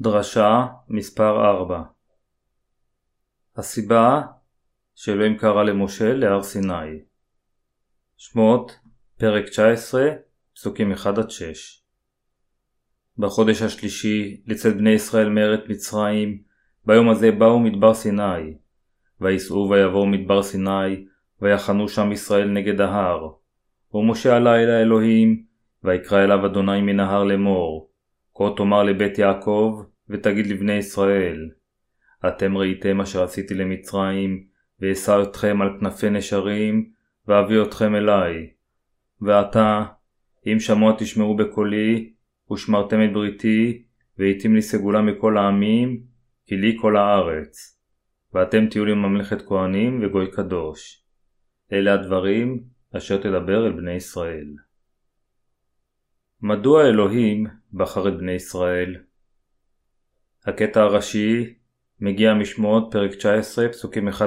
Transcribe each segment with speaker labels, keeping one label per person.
Speaker 1: דרשה מספר 4. הסיבה שאלוהים קרא למשה להר סיני. שמות פרק 19 פסוקים 1-6. בחודש השלישי לצאת בני ישראל מארץ מצרים, ביום הזה באו מדבר סיני, ויסעו ויבואו מדבר סיני, ויחנו שם ישראל נגד ההר. ומשה עלה אל האלוהים, ויקרא אליו אדוני מן ההר לאמור, כה תאמר לבית יעקב, ותגיד לבני ישראל, אתם ראיתם אשר עשיתי למצרים, ואשא אתכם על כנפי נשרים, ואביא אתכם אליי. ועתה, אם שמוע תשמעו בקולי, ושמרתם את בריתי, והייתם לי סגולה מכל העמים, כי לי כל הארץ. ואתם תהיו לי ממלכת כהנים וגוי קדוש. אלה הדברים אשר תדבר אל בני ישראל. מדוע אלוהים בחר את בני ישראל? הקטע הראשי מגיע משמות פרק 19 פסוקים 1-6.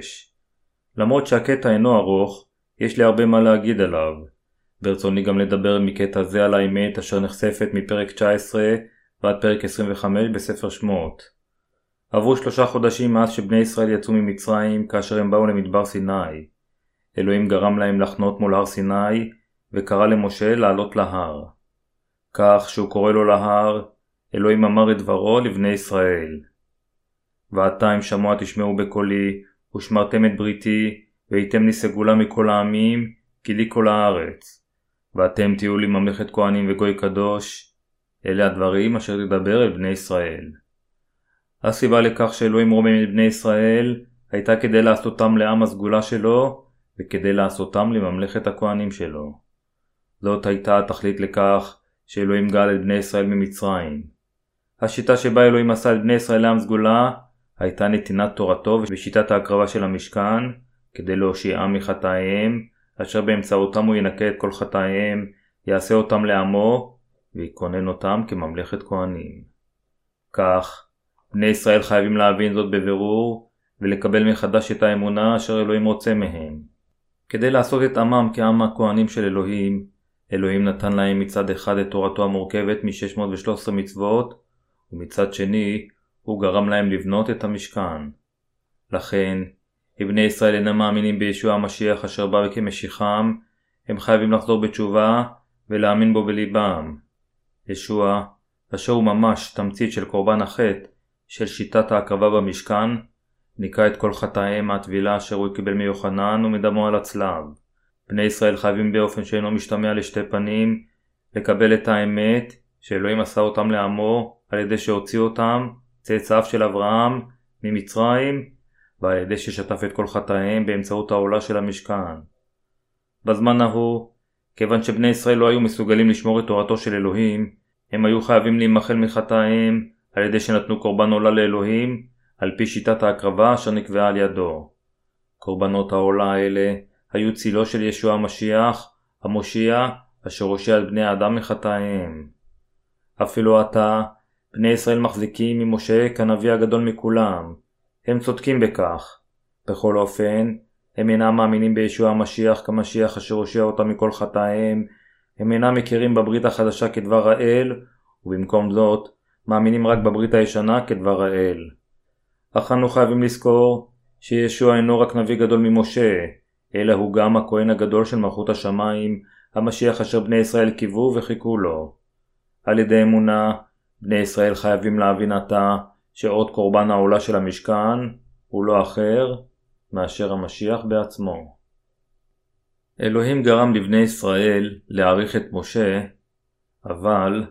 Speaker 1: למרות שהקטע אינו ארוך, יש לי הרבה מה להגיד עליו. ברצוני גם לדבר מקטע זה על האמת אשר נחשפת מפרק 19 ועד פרק 25 בספר שמות. עברו 3 חודשים מאז שבני ישראל יצאו ממצרים כאשר הם באו למדבר סיני. אלוהים גרם להם לחנות מול הר סיני וקרא למשה לעלות להר. כך שהוא קורא לו להר, אלוהים אמר את דברו לבני ישראל. ועתה אם שמוע תשמעו בקולי, ושמרתם את בריתי, והייתם לי סגולה מכל העמים, כי לי כל הארץ. ואתם תהיו לי ממלכת כהנים וגוי קדוש. אלה הדברים אשר תדבר אל בני ישראל. הסיבה לכך שאלוהים רומם את בני ישראל, הייתה כדי לעשותם לעם הסגולה שלו, וכדי לעשותם לממלכת הכהנים שלו. זאת הייתה התכלית לכך שאלוהים גאל את בני ישראל ממצרים. השיטה שבה אלוהים עשה את בני ישראל לעם סגולה, הייתה נתינת תורתו ושיטת ההקרבה של המשכן, כדי להושיעם מחטאיהם, אשר באמצעותם הוא ינקה את כל חטאיהם, יעשה אותם לעמו, ויקונן אותם כממלכת כהנים. כך, בני ישראל חייבים להבין זאת בבירור, ולקבל מחדש את האמונה אשר אלוהים רוצה מהם. כדי לעשות את עמם כעם הכהנים של אלוהים, אלוהים נתן להם מצד אחד את תורתו המורכבת מ-613 מצוות, ומצד שני, הוא גרם להם לבנות את המשכן. לכן, אם בני ישראל אינם מאמינים בישוע המשיח אשר בא כמשיחם, הם חייבים לחזור בתשובה ולהאמין בו בליבם. ישוע, אשר הוא ממש תמצית של קורבן החטא של שיטת ההקרבה במשכן, ניקה את כל חטאיהם מהטבילה אשר הוא קיבל מיוחנן ומדמו על הצלב. בני ישראל חייבים באופן שאינו משתמע לשתי פנים לקבל את האמת שאלוהים עשה אותם לעמו על ידי שהוציא אותם, צאצאיו של אברהם, ממצרים, ועל ידי ששטף את כל חטאיהם באמצעות העולה של המשכן. בזמן ההוא, כיוון שבני ישראל לא היו מסוגלים לשמור את תורתו של אלוהים, הם היו חייבים להימחל מחטאיהם על ידי שנתנו קורבן עולה לאלוהים, על פי שיטת ההקרבה אשר נקבעה על ידו. קורבנות העולה האלה היו צילו של ישוע המשיח, המושיע, אשר הושיע את בני האדם מחטאיהם. אפילו עתה, בני ישראל מחזיקים ממשה כנביא הגדול מכולם. הם צודקים בכך. בכל אופן, הם אינם מאמינים בישוע המשיח כמשיח אשר הושיע אותם מכל חטאיהם. הם אינם מכירים בברית החדשה כדבר האל, ובמקום זאת, מאמינים רק בברית הישנה כדבר האל. אך אנו חייבים לזכור שישוע אינו רק נביא גדול ממשה, אלא הוא גם הכהן הגדול של מלכות השמיים, המשיח אשר בני ישראל קיוו וחיכו לו. על ידי אמונה, בני ישראל חייבים להבין עתה שעוד קורבן העולה של המשכן הוא לא אחר מאשר המשיח בעצמו. אלוהים גרם לבני ישראל להעריך את משה, אבל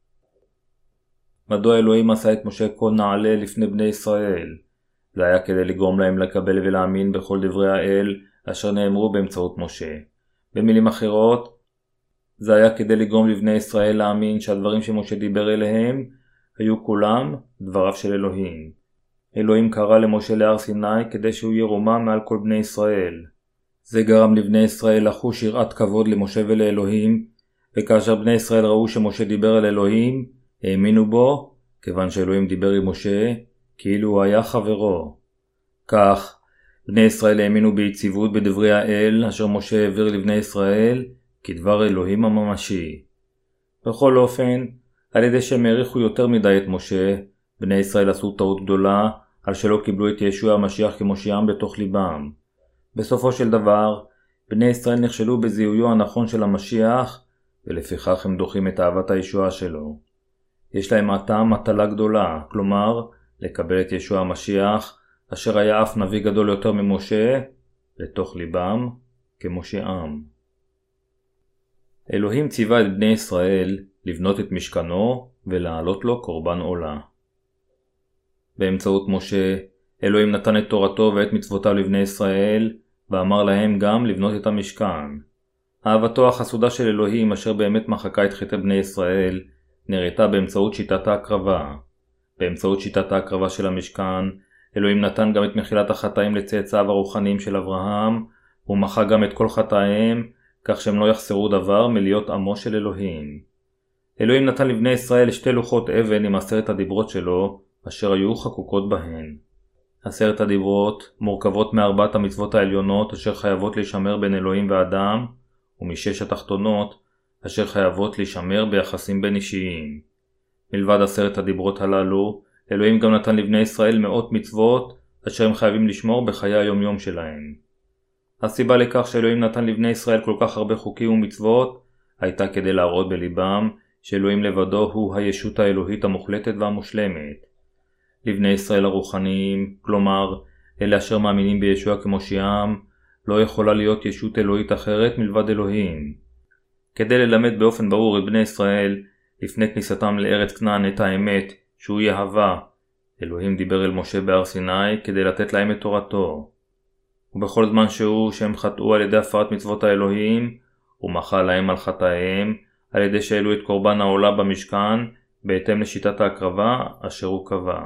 Speaker 1: מדוע אלוהים עשה את משה כה נעלה לפני בני ישראל? זה היה כדי לגרום להם לקבל ולהאמין בכל דברי האל אשר נאמרו באמצעות משה. במילים אחרות, זה היה כדי לגרום לבני ישראל להאמין שהדברים שמשה דיבר אליהם היו כולם דבריו של אלוהים. אלוהים קרא למשה להר סיני כדי שהוא ירומם מעל כל בני ישראל. זה גרם לבני ישראל לחוש יראת כבוד למשה ולאלוהים, וכאשר בני ישראל ראו שמשה דיבר אל אלוהים, האמינו בו, כיוון שאלוהים דיבר עם משה, כאילו הוא היה חברו. כך, בני ישראל האמינו ביציבות בדברי האל אשר משה העביר לבני ישראל, כדבר אלוהים הממשי. בכל אופן, על ידי שהם העריכו יותר מדי את משה, בני ישראל עשו טעות גדולה על שלא קיבלו את ישוע המשיח כמושיעם בתוך ליבם. בסופו של דבר, בני ישראל נכשלו בזיהויו הנכון של המשיח, ולפיכך הם דוחים את אהבת הישועה שלו. יש להם עתה מטלה גדולה, כלומר, לקבל את ישוע המשיח, אשר היה אף נביא גדול יותר ממשה, לתוך ליבם כמושיעם. אלוהים ציווה את בני ישראל לבנות את משכנו ולהעלות לו קורבן עולה. באמצעות משה, אלוהים נתן את תורתו ואת מצוותיו לבני ישראל, ואמר להם גם לבנות את המשכן. אהבתו החסודה של אלוהים, אשר באמת מחקה את חטא בני ישראל, נראתה באמצעות שיטת ההקרבה. באמצעות שיטת ההקרבה של המשכן, אלוהים נתן גם את מחילת החטאים לצאצאיו הרוחניים של אברהם, ומחה גם את כל חטאיהם, כך שהם לא יחסרו דבר מלהיות עמו של אלוהים. אלוהים נתן לבני ישראל 2 לוחות אבן עם 10 הדיברות שלו, אשר היו חקוקות בהן. 10 הדיברות מורכבות מ4 המצוות העליונות אשר חייבות להישמר בין אלוהים ואדם, ומ6 התחתונות אשר חייבות להישמר ביחסים בין אישיים. מלבד 10 הדיברות הללו, אלוהים גם נתן לבני ישראל 100 מצוות אשר הם חייבים לשמור בחיי היומיום שלהם. הסיבה לכך שאלוהים נתן לבני ישראל כל כך הרבה חוקים ומצוות, הייתה כדי להראות בליבם שאלוהים לבדו הוא הישות האלוהית המוחלטת והמושלמת. לבני ישראל הרוחניים, כלומר, אלה אשר מאמינים בישוע כמושיעם, לא יכולה להיות ישות אלוהית אחרת מלבד אלוהים. כדי ללמד באופן ברור את בני ישראל, לפני כניסתם לארץ כנען את האמת שהוא יהווה, אלוהים דיבר אל משה בהר סיני כדי לתת להם את תורתו. ובכל זמן שהם חטאו על ידי הפרת מצוות האלוהים, הוא מחה להם על חטאיהם על ידי שהעלו את קורבן העולה במשכן בהתאם לשיטת ההקרבה אשר הוא קבע.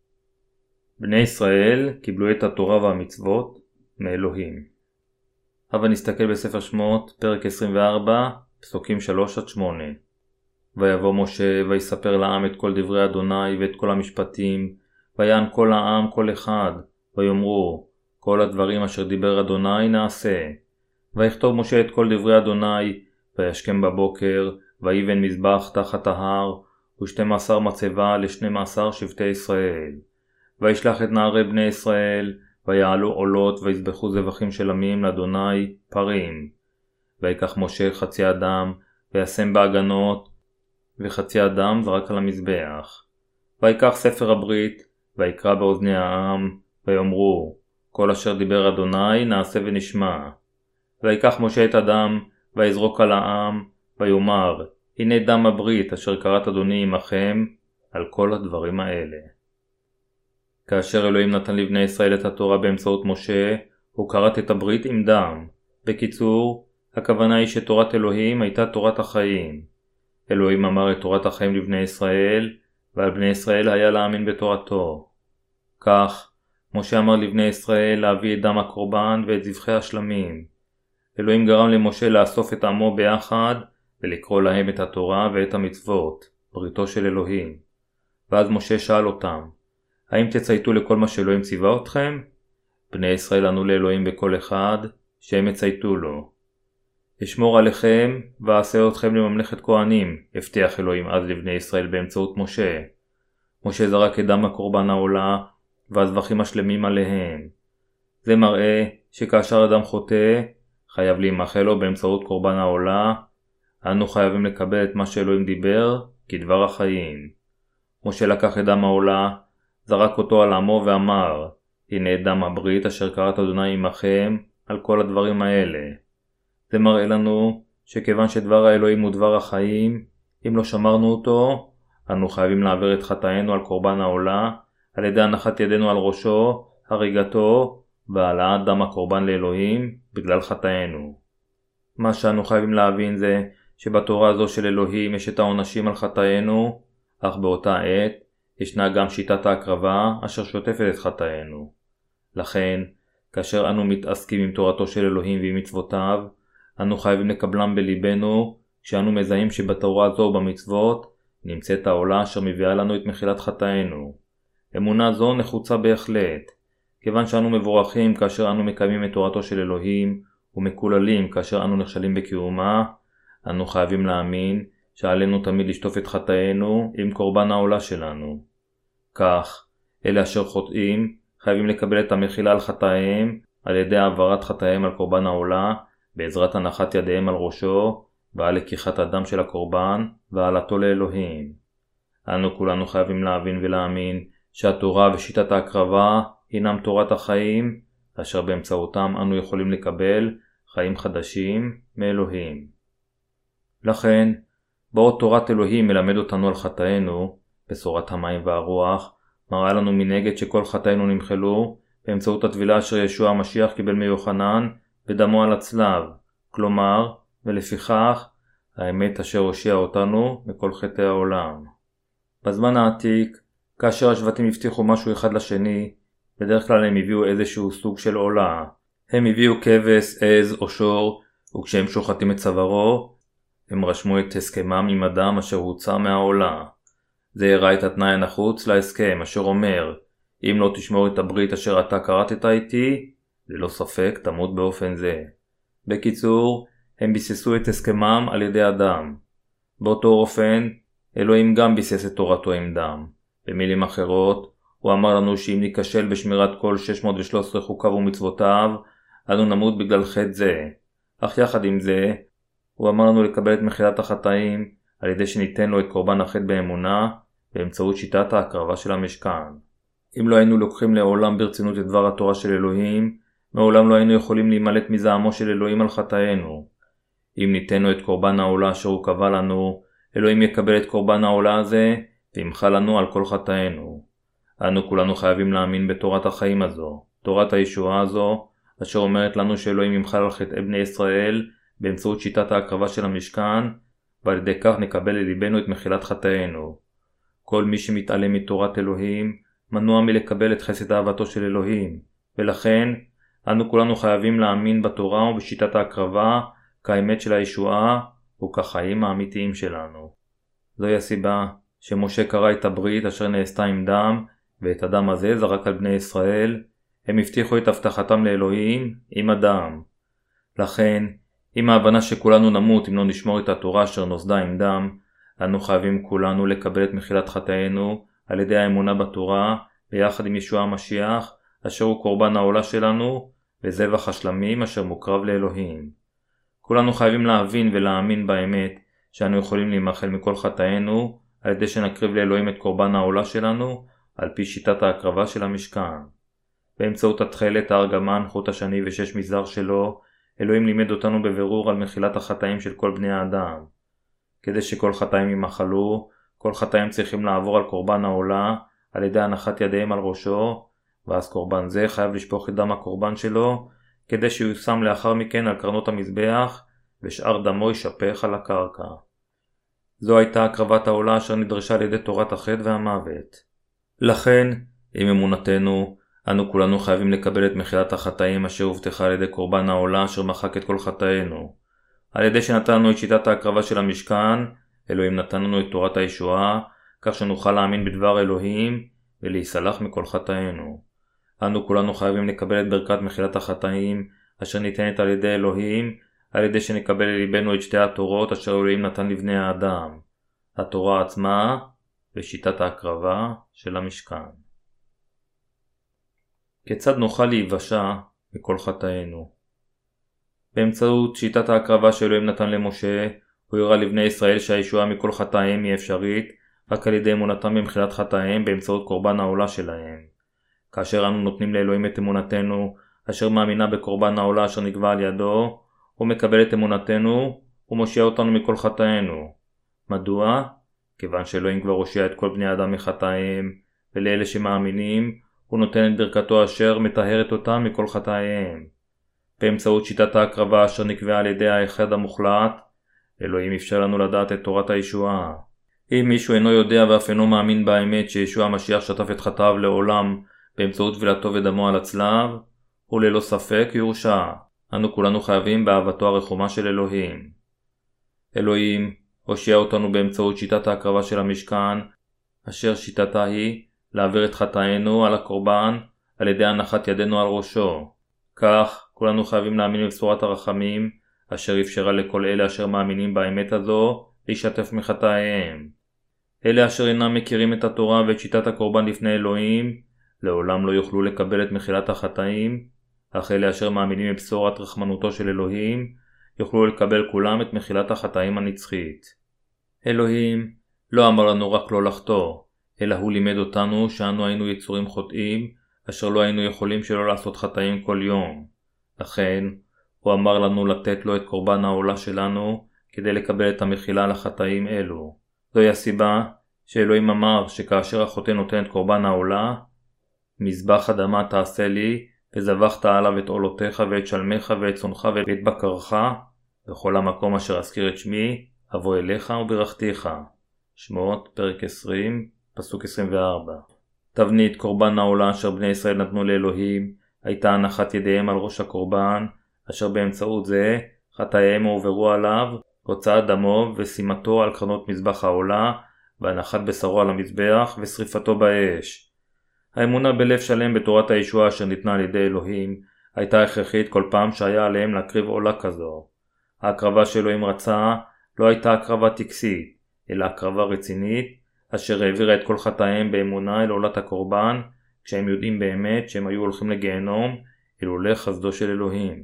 Speaker 1: בני ישראל קיבלו את התורה והמצוות מאלוהים. אבל נסתכל בספר שמות, פרק 24, פסוקים 3-8. ויבוא משה ויספר לעם את כל דברי אדוני ואת כל המשפטים, ויען כל העם כל אחד, ויאמרו, כל הדברים אשר דיבר אדוני נעשה. ויכתוב משה את כל דברי אדוני, וישכם בבוקר, ויבן מזבח תחת ההר, ו12 מצבה ל12 שבטי ישראל. וישלח את נערי בני ישראל, ויעלו עולות ויזבחו זבחים של עמים לאדוני פרים. ויקח משה חצי אדם, וישם בעגנות, וחצי אדם זרק על המזבח. ויקח ספר הברית, ויקרא באוזני העם, ויאמרו, כל אשר דיבר אדוני נעשה ונשמע. ויקח משה את הדם, ויזרוק על העם, ויאמר, הנה דם הברית אשר קראת אדוני עמכם, על כל הדברים האלה. כאשר אלוהים נתן לבני ישראל את התורה באמצעות משה, הוא קראת את הברית עם דם. בקיצור, הכוונה היא שתורת אלוהים הייתה תורת החיים. אלוהים אמר את תורת החיים לבני ישראל, ועל בני ישראל היה להאמין בתורתו. כך, משה אמר לבני ישראל להביא את דם הקורבן ואת זבחי השלמים. אלוהים גרם למשה לאסוף את עמו ביחד, ולקרוא להם את התורה ואת המצוות, בריתו של אלוהים. ואז משה שאל אותם, האם תצייתו לכל מה שאלוהים ציווה אתכם? בני ישראל ענו לאלוהים בכל אחד, שהם יצייתו לו. אשמור עליכם, ואעשה אתכם לממלכת כהנים, הבטיח אלוהים אז לבני ישראל באמצעות משה. משה זרק את דם הקורבן העולה, והזבחים השלמים עליהם. זה מראה שכאשר אדם חוטא, חייב להימחל לו באמצעות קורבן העולה, אנו חייבים לקבל את מה שאלוהים דיבר, כדבר החיים. משה לקח את דם העולה, זרק אותו על עמו ואמר, הנה דם הברית אשר קראת אדוני עמכם, על כל הדברים האלה. זה מראה לנו שכיוון שדבר האלוהים הוא דבר החיים, אם לא שמרנו אותו, אנו חייבים להעביר את חטאינו על קורבן העולה, על ידי הנחת ידינו על ראשו, הריגתו, והעלאת דם הקורבן לאלוהים בגלל חטאינו. מה שאנו חייבים להבין זה שבתורה הזו של אלוהים יש את העונשים על חטאינו, אך באותה עת ישנה גם שיטת ההקרבה אשר שוטפת את חטאינו. לכן, כאשר אנו מתעסקים עם תורתו של אלוהים ועם מצוותיו, אנו חייבים לקבלם בליבנו, כשאנו מזהים שבתורה הזו ובמצוות נמצאת העולה אשר מביאה לנו את מחילת חטאינו. אמונה זו נחוצה בהחלט, כיוון שאנו מבורכים כאשר אנו מקיימים את תורתו של אלוהים, ומקוללים כאשר אנו נכשלים בקיומה, אנו חייבים להאמין שעלינו תמיד לשטוף את חטאינו עם קורבן העולה שלנו. כך, אלה אשר חוטאים חייבים לקבל את המחילה על חטאיהם על ידי העברת חטאיהם על קורבן העולה, בעזרת הנחת ידיהם על ראשו, ועל לקיחת הדם של הקורבן והעלתו לאלוהים. אנו כולנו חייבים להבין ולהאמין שהתורה ושיטת ההקרבה הינם תורת החיים, אשר באמצעותם אנו יכולים לקבל חיים חדשים מאלוהים. לכן, בעוד תורת אלוהים מלמד אותנו על חטאינו, בשורת המים והרוח, מראה לנו מנגד שכל חטאינו נמחלו באמצעות הטבילה אשר ישוע המשיח קיבל מיוחנן ודמו על הצלב, כלומר, ולפיכך, האמת אשר הושיע אותנו מכל חטאי העולם. בזמן העתיק, כאשר השבטים הבטיחו משהו אחד לשני, בדרך כלל הם הביאו איזשהו סוג של עולה. הם הביאו כבש, עז או שור, וכשהם שוחטים את צווארו, הם רשמו את הסכמם עם אדם אשר הוצא מהעולה. זה הראה את התנאי הנחוץ להסכם, אשר אומר, אם לא תשמור את הברית אשר אתה קראת איתי, ללא ספק תמות באופן זה. בקיצור, הם ביססו את הסכמם על ידי אדם. באותו אופן, אלוהים גם ביסס את תורתו עם דם. במילים אחרות, הוא אמר לנו שאם ניכשל בשמירת כל 613 חוקיו ומצוותיו, אנו נמות בגלל חטא זה. אך יחד עם זה, הוא אמר לנו לקבל את מחילת החטאים על ידי שניתן לו את קורבן החטא באמונה, באמצעות שיטת ההקרבה של המשכן. אם לא היינו לוקחים לעולם ברצינות את דבר התורה של אלוהים, מעולם לא היינו יכולים להימלט מזעמו של אלוהים על חטאינו. אם ניתן לו את קורבן העולה אשר הוא קבע לנו, אלוהים יקבל את קורבן העולה הזה, וימחל לנו על כל חטאינו. אנו כולנו חייבים להאמין בתורת החיים הזו, תורת הישועה הזו, אשר אומרת לנו שאלוהים ימחל על חטאי בני ישראל, באמצעות שיטת ההקרבה של המשכן, ועל ידי כך נקבל לליבנו את מחילת חטאינו. כל מי שמתעלם מתורת אלוהים, מנוע מלקבל את חסד אהבתו של אלוהים, ולכן, אנו כולנו חייבים להאמין בתורה ובשיטת ההקרבה, כאמת של הישועה, וכחיים האמיתיים שלנו. זוהי הסיבה שמשה קרא את הברית אשר נעשתה עם דם, ואת הדם הזה זרק על בני ישראל, הם הבטיחו את הבטחתם לאלוהים עם הדם. לכן, עם ההבנה שכולנו נמות אם לא נשמור את התורה אשר נוסדה עם דם, אנו חייבים כולנו לקבל את מחילת חטאינו על ידי האמונה בתורה, ביחד עם ישוע המשיח, אשר הוא קורבן העולה שלנו, וזבח השלמים אשר מוקרב לאלוהים. כולנו חייבים להבין ולהאמין באמת שאנו יכולים להימחל מכל חטאינו על ידי שנקריב לאלוהים את קורבן העולה שלנו על פי שיטת ההקרבה של המשכן. באמצעות התכלת, הארגמן, חוט השני ושש מזר שלו, אלוהים לימד אותנו בבירור על מחילת החטאים של כל בני האדם. כדי שכל חטאים ימחלו, כל חטאים צריכים לעבור על קורבן העולה על ידי הנחת ידיהם על ראשו, ואז קורבן זה חייב לשפוך את דם הקורבן שלו, כדי שהוא שם לאחר מכן על קרנות המזבח, ושאר דמו יישפך על הקרקע. זו הייתה הקרבת העולה אשר נדרשה על ידי תורת החטא והמוות. לכן, עם אמונתנו, אנו כולנו חייבים לקבל את מחילת החטאים אשר הובטחה על ידי קורבן העולה אשר מחק את כל חטאינו. על ידי שנתנו את שיטת ההקרבה של המשכן, אלוהים נתן לנו את תורת הישועה, כך שנוכל להאמין בדבר אלוהים ולהיסלח מכל חטאינו. אנו כולנו חייבים לקבל את ברכת מחילת החטאים אשר ניתנת על ידי אלוהים, על ידי שנקבל לליבנו את שתי התורות אשר אלוהים נתן לבני האדם, התורה עצמה ושיטת ההקרבה של המשכן. כיצד נוכל להיוושע מכל חטאינו? באמצעות שיטת ההקרבה שאלוהים נתן למשה, הוא הראה לבני ישראל שהישועה מכל חטאיהם היא אפשרית רק על ידי אמונתם במחילת חטאיהם באמצעות קורבן העולה שלהם. כאשר אנו נותנים לאלוהים את אמונתנו, אשר מאמינה בקורבן העולה אשר נקבע על ידו, הוא מקבל את אמונתנו ומושיע אותנו מכל חטאינו. מדוע? כיוון שאלוהים כבר הושיע את כל בני האדם מחטאיהם, ולאלה שמאמינים, הוא נותן את ברכתו אשר מטהרת אותם מכל חטאיהם. באמצעות שיטת ההקרבה אשר נקבעה על ידי האחד המוחלט, אלוהים אפשר לנו לדעת את תורת הישועה. אם מישהו אינו יודע ואף אינו מאמין באמת שישוע המשיח שטף את חטאיו לעולם באמצעות טבילתו ודמו על הצלב, הוא ללא ספק יורשע. אנו כולנו חייבים באהבתו הרחומה של אלוהים. אלוהים הושיע אותנו באמצעות שיטת ההקרבה של המשכן, אשר שיטתה היא להעביר את חטאינו על הקורבן על ידי הנחת ידינו על ראשו. כך כולנו חייבים להאמין בבשורת הרחמים, אשר אפשרה לכל אלה אשר מאמינים באמת הזו להשתף מחטאיהם. אלה אשר אינם מכירים את התורה ואת שיטת הקורבן לפני אלוהים, לעולם לא יוכלו לקבל את מחילת החטאים, אך אלה אשר מאמינים בבשורת רחמנותו של אלוהים, יוכלו לקבל כולם את מחילת החטאים הנצחית. אלוהים לא אמר לנו רק לא לחטוא, אלא הוא לימד אותנו שאנו היינו יצורים חוטאים, אשר לא היינו יכולים שלא לעשות חטאים כל יום. לכן, הוא אמר לנו לתת לו את קורבן העולה שלנו, כדי לקבל את המחילה לחטאים אלו. זוהי הסיבה שאלוהים אמר שכאשר החוטא נותן את קורבן העולה, מזבח אדמה תעשה לי, וזבחת עליו את עולותיך ואת שלמך ואת צונך ואת בקרך, בכל המקום אשר אזכיר את שמי, אבוא אליך וברכתיך. שמות, פרק 20, פסוק 24. תבנית קורבן העולה אשר בני ישראל נתנו לאלוהים, הייתה הנחת ידיהם על ראש הקורבן, אשר באמצעות זה חטאיהם הועברו עליו, הוצאת דמו ושימתו על קרנות מזבח העולה, והנחת בשרו על המזבח ושריפתו באש. האמונה בלב שלם בתורת הישועה אשר ניתנה על ידי אלוהים, הייתה הכרחית כל פעם שהיה עליהם להקריב עולה כזו. ההקרבה שאלוהים רצה לא הייתה הקרבה טקסית, אלא הקרבה רצינית, אשר העבירה את כל חטאיהם באמונה אל עולת הקורבן, כשהם יודעים באמת שהם היו הולכים לגיהנום, אילולא חסדו של אלוהים.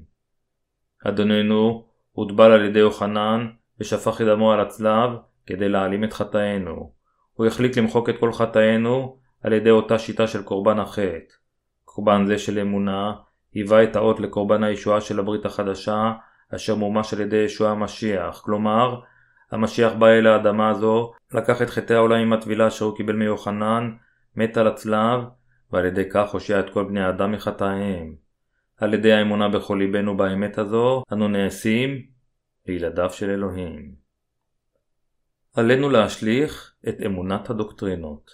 Speaker 1: אדוננו הוטבל על ידי יוחנן ושפך את דמו על הצלב כדי להעלים את חטאינו. הוא החליט למחוק את כל חטאינו על ידי אותה שיטה של קורבן החטא. קורבן זה של אמונה היווה את האות לקורבן הישועה של הברית החדשה, אשר מומש על ידי ישוע המשיח. כלומר, המשיח בא אל האדמה הזו, לקח את חטאי העולם עם הטבילה אשר הוא קיבל מיוחנן, מת על הצלב, ועל ידי כך הושיע את כל בני האדם מחטאיהם. על ידי האמונה בכל ליבנו באמת הזו, אנו נעשים לילדיו של אלוהים. עלינו להשליך את אמונת הדוקטרינות.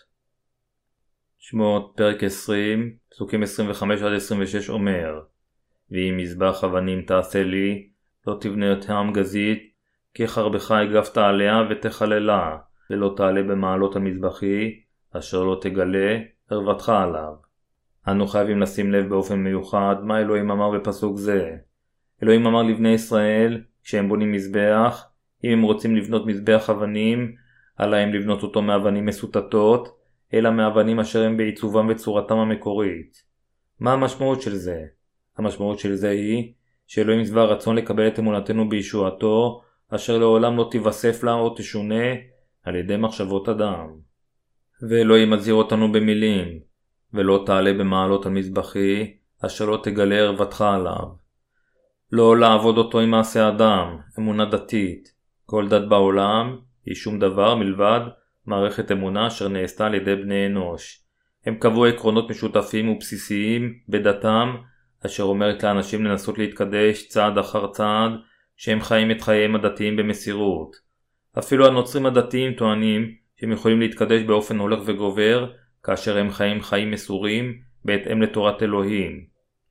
Speaker 1: שמות, פרק 20, פסוקים 25-26 אומר, ואם מזבח אבנים תעשה לי, לא תבנה אותם גזית, כי חרבך הגפת עליה ותחללה, ולא תעלה במעלות המזבחי, אשר לא תגלה ערוותך עליו. אנו חייבים לשים לב באופן מיוחד מה אלוהים אמר בפסוק זה. אלוהים אמר לבני ישראל, כשהם בונים מזבח, אם הם רוצים לבנות מזבח אבנים, עליהם לבנות אותו מאבנים מסוטטות, אלא מאבנים אשר הם בעיצובם וצורתם המקורית. מה המשמעות של זה? המשמעות של זה היא שאלוהים שבע רצון לקבל את אמונתנו בישועתו, אשר לעולם לא תיווסף לה או תשונה על ידי מחשבות אדם. ואלוהים מזהיר אותנו במילים, ולא תעלה במעלות המזבחי, אשר לא תגלה ערוותך עליו. לא לעבוד אותו עם מעשה אדם, אמונה דתית. כל דת בעולם היא שום דבר מלבד מערכת אמונה אשר נעשתה על ידי בני אנוש. הם קבעו עקרונות משותפים ובסיסיים בדתם, אשר אומרת לאנשים לנסות להתקדש צעד אחר צעד, שהם חיים את חייהם הדתיים במסירות. אפילו הנוצרים הדתיים טוענים שהם יכולים להתקדש באופן הולך וגובר, כאשר הם חיים מסורים בהתאם לתורת אלוהים.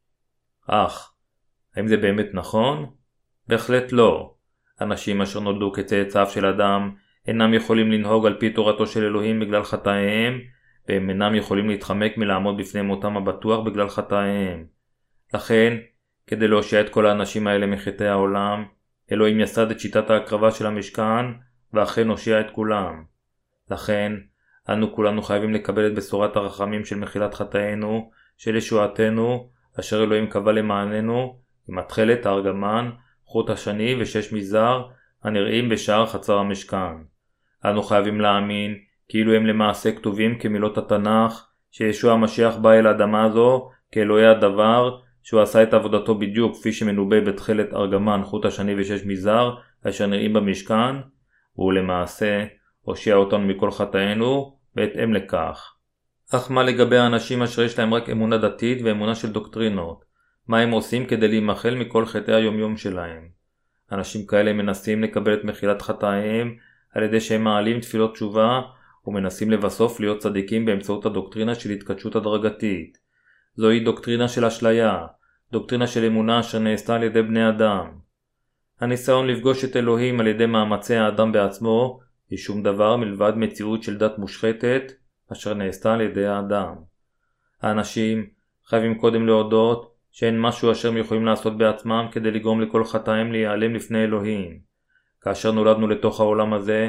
Speaker 1: אך, האם זה באמת נכון? בהחלט לא. אנשים אשר נולדו כצאצאיו של אדם אינם יכולים לנהוג על פי תורתו של אלוהים בגלל חטאיהם, והם אינם יכולים להתחמק מלעמוד בפני מותם הבטוח בגלל חטאיהם. לכן, כדי להושיע את כל האנשים האלה מחטאי העולם, אלוהים יסד את שיטת ההקרבה של המשכן, ואכן הושיע את כולם. לכן, אנו כולנו חייבים לקבל את בשורת הרחמים של מחילת חטאינו, של ישועתנו, אשר אלוהים קבע למעננו, עם התחלת, הארגמן, חוט השני ושש מזר, הנראים בשער חצר המשכן. אנו חייבים להאמין, כאילו הם למעשה כתובים כמילות התנ"ך, שישוע המשיח בא אל האדמה הזו, כאלוהי הדבר, שהוא עשה את עבודתו בדיוק כפי שמנובא בתחילת ארגמן, חוט השני ושש מזר, אשר נראים במשכן, והוא למעשה הושיע אותנו מכל חטאינו, בהתאם לכך. אך מה לגבי האנשים אשר יש להם רק אמונה דתית ואמונה של דוקטרינות? מה הם עושים כדי להימחל מכל חטאי היומיום שלהם? אנשים כאלה מנסים לקבל את מחילת חטאיהם על ידי שהם מעלים תפילות תשובה ומנסים לבסוף להיות צדיקים באמצעות הדוקטרינה של התקדשות הדרגתית. זוהי דוקטרינה של אשליה, דוקטרינה של אמונה אשר נעשתה על ידי בני אדם. הניסיון לפגוש את אלוהים על ידי מאמצי האדם בעצמו היא שום דבר מלבד מציאות של דת מושחתת אשר נעשתה על ידי האדם. האנשים חייבים קודם להודות שאין משהו אשר הם יכולים לעשות בעצמם כדי לגרום לכל חטאים להיעלם לפני אלוהים. כאשר נולדנו לתוך העולם הזה,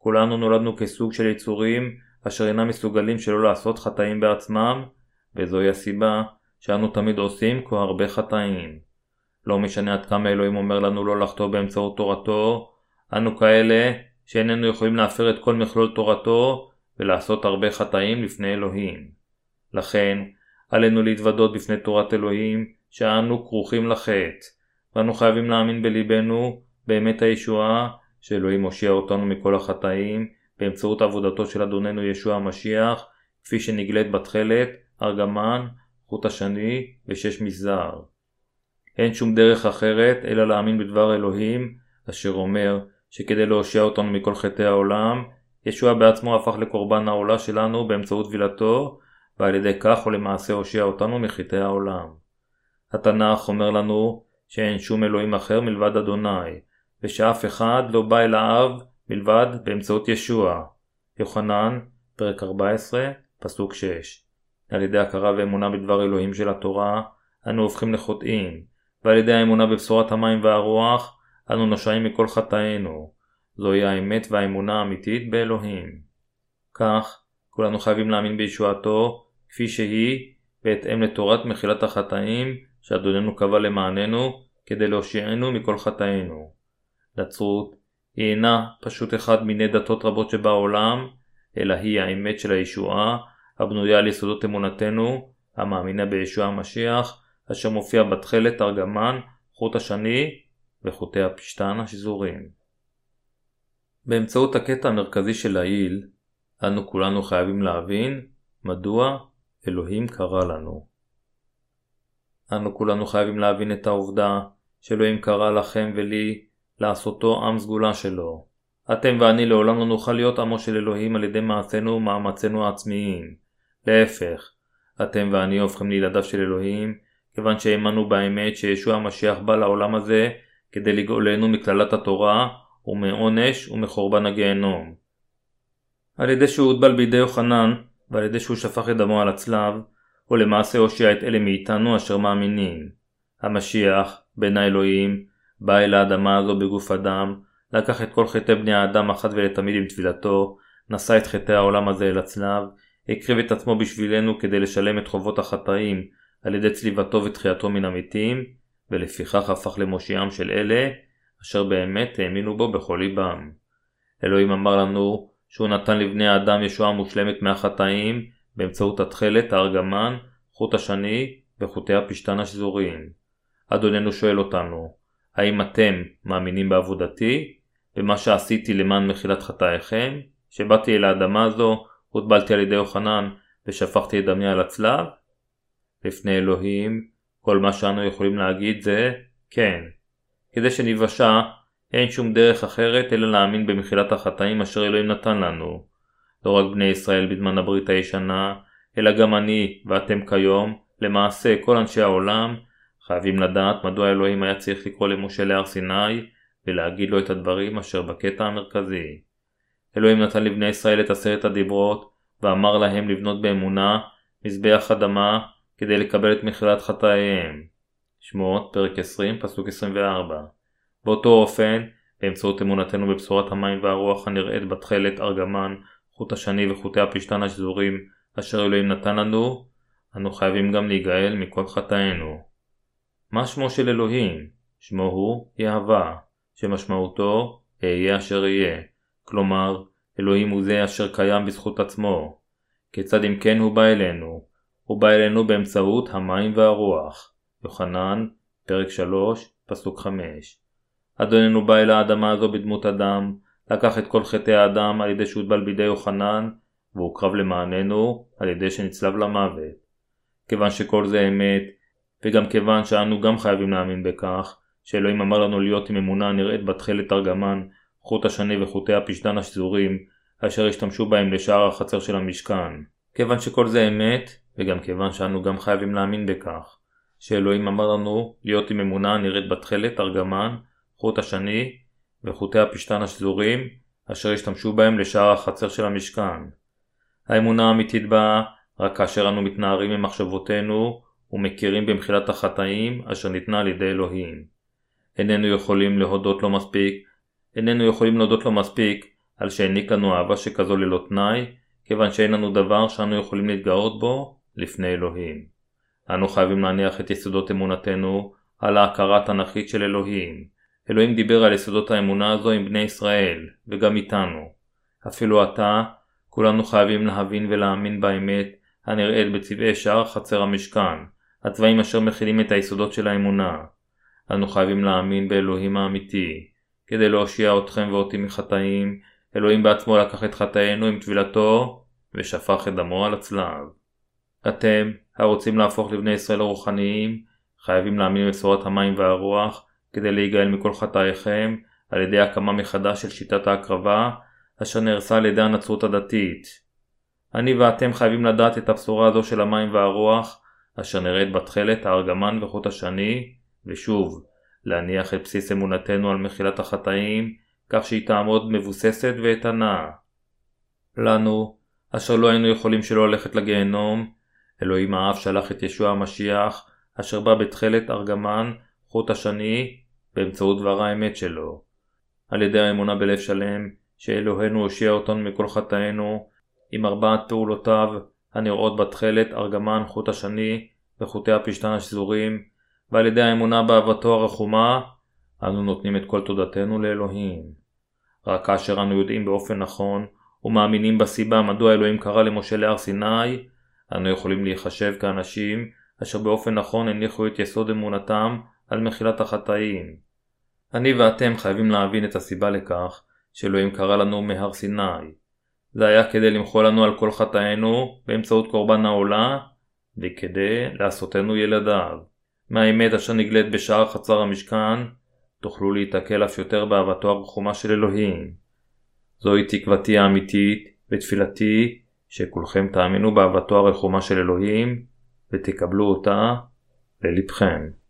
Speaker 1: כולנו נולדנו כסוג של יצורים אשר אינם מסוגלים שלא לעשות חטאים בעצמם, וזוהי הסיבה שאנו תמיד עושים כה הרבה חטאים. לא משנה עד כמה אלוהים אומר לנו לא לחטוא באמצעות תורתו, אנו כאלה שאיננו יכולים להפר את כל מכלול תורתו ולעשות הרבה חטאים לפני אלוהים. לכן, עלינו להתוודות בפני תורת אלוהים שאנו כרוכים לחטא, ואנו חייבים להאמין בליבנו באמת הישועה שאלוהים הושיע אותנו מכל החטאים באמצעות עבודתו של אדוננו ישוע המשיח, כפי שנגלית בתחילת, ארגמן, חוט השני ושש מזר. אין שום דרך אחרת אלא להאמין בדבר אלוהים, אשר אומר שכדי להושיע אותנו מכל חטאי העולם, ישוע בעצמו הפך לקורבן העולה שלנו באמצעות וילתו, ועל ידי כך הוא למעשה הושיע אותנו מחטאי העולם. התנ"ך אומר לנו שאין שום אלוהים אחר מלבד אדוני, ושאף אחד לא בא אל האב מלבד באמצעות ישוע. יוחנן, פרק 14, פסוק 6. על ידי הכרה ואמונה בדבר אלוהים של התורה, אנו הופכים לחוטאים, ועל ידי האמונה בבשורת המים והרוח, אנו נושעים מכל חטאינו. זוהי האמת והאמונה האמיתית באלוהים. כך, כולנו חייבים להאמין בישועתו, כפי שהיא, בהתאם לתורת מחילת החטאים, שאדוננו קבע למעננו, כדי להושיענו מכל חטאינו. נצרות היא אינה פשוט אחד מיני דתות רבות שבעולם, אלא היא האמת של הישועה, הבנויה על יסודות אמונתנו, המאמינה בישוע המשיח, אשר מופיע בתחילת, ארגמן, חוט השני וחוטי הפשתן השזורים. באמצעות הקטע המרכזי של העיל, אנו כולנו חייבים להבין מדוע אלוהים קרא לנו. אנו כולנו חייבים להבין את העובדה שאלוהים קרא לכם ולי לעשותו עם סגולה שלו. אתם ואני לעולם לא נוכל להיות עמו של אלוהים על ידי מעשינו ומאמצינו העצמיים. להפך, אתם ואני הופכים לילדיו של אלוהים, כיוון שהאמנו באמת שישוע המשיח בא לעולם הזה כדי לגאולנו מכללת התורה ומעונש ומחורבן הגיהנום. על ידי שהוא הוטבל בידי יוחנן ועל ידי שהוא שפך את דמו על הצלב, הוא למעשה הושיע את אלה מאיתנו אשר מאמינים. המשיח, בן האלוהים, בא אל האדמה הזו בגוף אדם, לקח את כל חטאי בני האדם אחת ולתמיד עם תפילתו, נשא את חטאי העולם הזה אל הצלב, הקריב את עצמו בשבילנו כדי לשלם את חובות החטאים על ידי צליבתו ותחייתו מן המתים, ולפיכך הפך למושיעם של אלה אשר באמת האמינו בו בכל ליבם. אלוהים אמר לנו שהוא נתן לבני האדם ישועה מושלמת מהחטאים באמצעות התחילת, הארגמן, חוט השני וחוטי הפשתן השזורים. אדוננו שואל אותנו, האם אתם מאמינים בעבודתי, במה שעשיתי למען מחילת חטאיכם, שבאתי אל האדמה הזו, הוטבלתי על ידי יוחנן ושפכתי את דמי על הצלב? לפני אלוהים, כל מה שאנו יכולים להגיד זה כן. כדי שניוושע, אין שום דרך אחרת אלא להאמין במחילת החטאים אשר אלוהים נתן לנו. לא רק בני ישראל בזמן הברית הישנה, אלא גם אני ואתם כיום, למעשה כל אנשי העולם, חייבים לדעת מדוע אלוהים היה צריך לקרוא למשה להר סיני ולהגיד לו את הדברים אשר בקטע המרכזי. אלוהים נתן לבני ישראל את 10 הדיברות ואמר להם לבנות באמונה מזבח אדמה כדי לקבל את מחילת חטאיהם. שמות פרק 20 פסוק 24. באותו אופן, באמצעות אמונתנו בבשורת המים והרוח הנראית בתחילת, ארגמן, חוט השני וחוטי הפשתן השזורים אשר אלוהים נתן לנו, אנו חייבים גם להיגאל מכל חטאינו. מה שמו של אלוהים? שמו הוא יהווה, שמשמעותו אהיה אשר יהיה. כלומר, אלוהים הוא זה אשר קיים בזכות עצמו. כיצד אם כן הוא בא אלינו? הוא בא אלינו באמצעות המים והרוח. יוחנן, פרק 3, פסוק 5. אדוננו בא אל האדמה הזו בדמות אדם, לקח את כל חטאי האדם על ידי שהוטבל בידי יוחנן, והוא קרב למעננו על ידי שנצלב למוות. כיוון שכל זה אמת, וגם כיוון שאנו גם חייבים להאמין בכך, שאלוהים אמר לנו להיות עם אמונה הנראית בתחילת, ארגמן, חוט השני וחוטי הפשתן השזורים, אשר השתמשו בהם לשער החצר של המשכן. כיוון שכל זה אמת, וגם כיוון שאנו גם חייבים להאמין בכך, שאלוהים אמר לנו להיות עם אמונה הנראית בתחילת, ארגמן, חוט השני וחוטי הפשתן השזורים, אשר השתמשו בהם לשער החצר של המשכן. האמונה האמיתית באה רק כאשר אנו מתנערים ממחשבותינו ומכירים במחילת החטאים אשר ניתנה על ידי אלוהים. איננו יכולים להודות לו מספיק על שהעניק לנו אהבה שכזו ללא תנאי, כיוון שאין לנו דבר שאנו יכולים להתגאות בו לפני אלוהים. אנו חייבים להניח את יסודות אמונתנו על ההכרה התנ"כית של אלוהים. אלוהים דיבר על יסודות האמונה הזו עם בני ישראל, וגם איתנו. אפילו עתה, כולנו חייבים להבין ולהאמין באמת הנראית בצבעי שער חצר המשכן, הצבעים אשר מכילים את היסודות של האמונה. אנו חייבים להאמין באלוהים האמיתי. כדי להושיע אתכם ואותי מחטאים, אלוהים בעצמו לקח את חטאינו עם טבילתו ושפך את דמו על הצלב. אתם, הרוצים להפוך לבני ישראל הרוחניים, חייבים להאמין בבשורת המים והרוח כדי להיגאל מכל חטאיכם על ידי הקמה מחדש של שיטת ההקרבה אשר נהרסה על ידי הנצרות הדתית. אני ואתם חייבים לדעת את הבשורה הזו של המים והרוח אשר נראית בתכלת, הארגמן וחוט השני, ושוב, להניח את בסיס אמונתנו על מחילת החטאים כך שהיא תעמוד מבוססת ואיתנה. לנו, אשר לא היינו יכולים שלא ללכת לגיהנום, אלוהים האב שלח את ישוע המשיח אשר בא בתכלת, ארגמן, חוט השני, באמצעות דבר האמת שלו. על ידי האמונה בלב שלם שאלוהינו הושיע אותנו מכל חטאינו עם 4 פעולותיו הנראות בתכלת, ארגמן, חוט השני וחוטי הפשתן השזורים, ועל ידי האמונה באהבתו הרחומה אנו נותנים את כל תודתנו לאלוהים. רק כאשר אנו יודעים באופן נכון ומאמינים בסיבה מדוע אלוהים קרא למשה להר סיני, אנו יכולים להיחשב כאנשים אשר באופן נכון הניחו את יסוד אמונתם על מחילת החטאים. אני ואתם חייבים להבין את הסיבה לכך שאלוהים קרא לנו מהר סיני. זה היה כדי למחול לנו על כל חטאינו באמצעות קורבן העולה, וכדי לעשותנו ילדיו. מהאמת אשר נגלית בשער חצר המשכן, תוכלו להתעכל אף יותר באהבתו הרחומה של אלוהים. זוהי תקוותי האמיתית ותפילתי שכולכם תאמינו באהבתו הרחומה של אלוהים ותקבלו אותה ללבכם.